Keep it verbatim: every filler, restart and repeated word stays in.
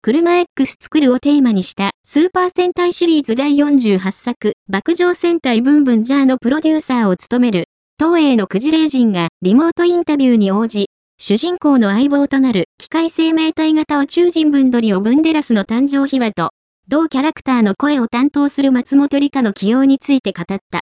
車 X 作るをテーマにしたスーパー戦隊シリーズだいよんじゅうはちさく、爆上戦隊ブンブンジャーのプロデューサーを務める、東映のクジレイジンがリモートインタビューに応じ、主人公の相棒となる機械生命体型宇宙人ブンドリオ・ブンデラスの誕生秘話と、同キャラクターの声を担当する松本里香の起用について語った。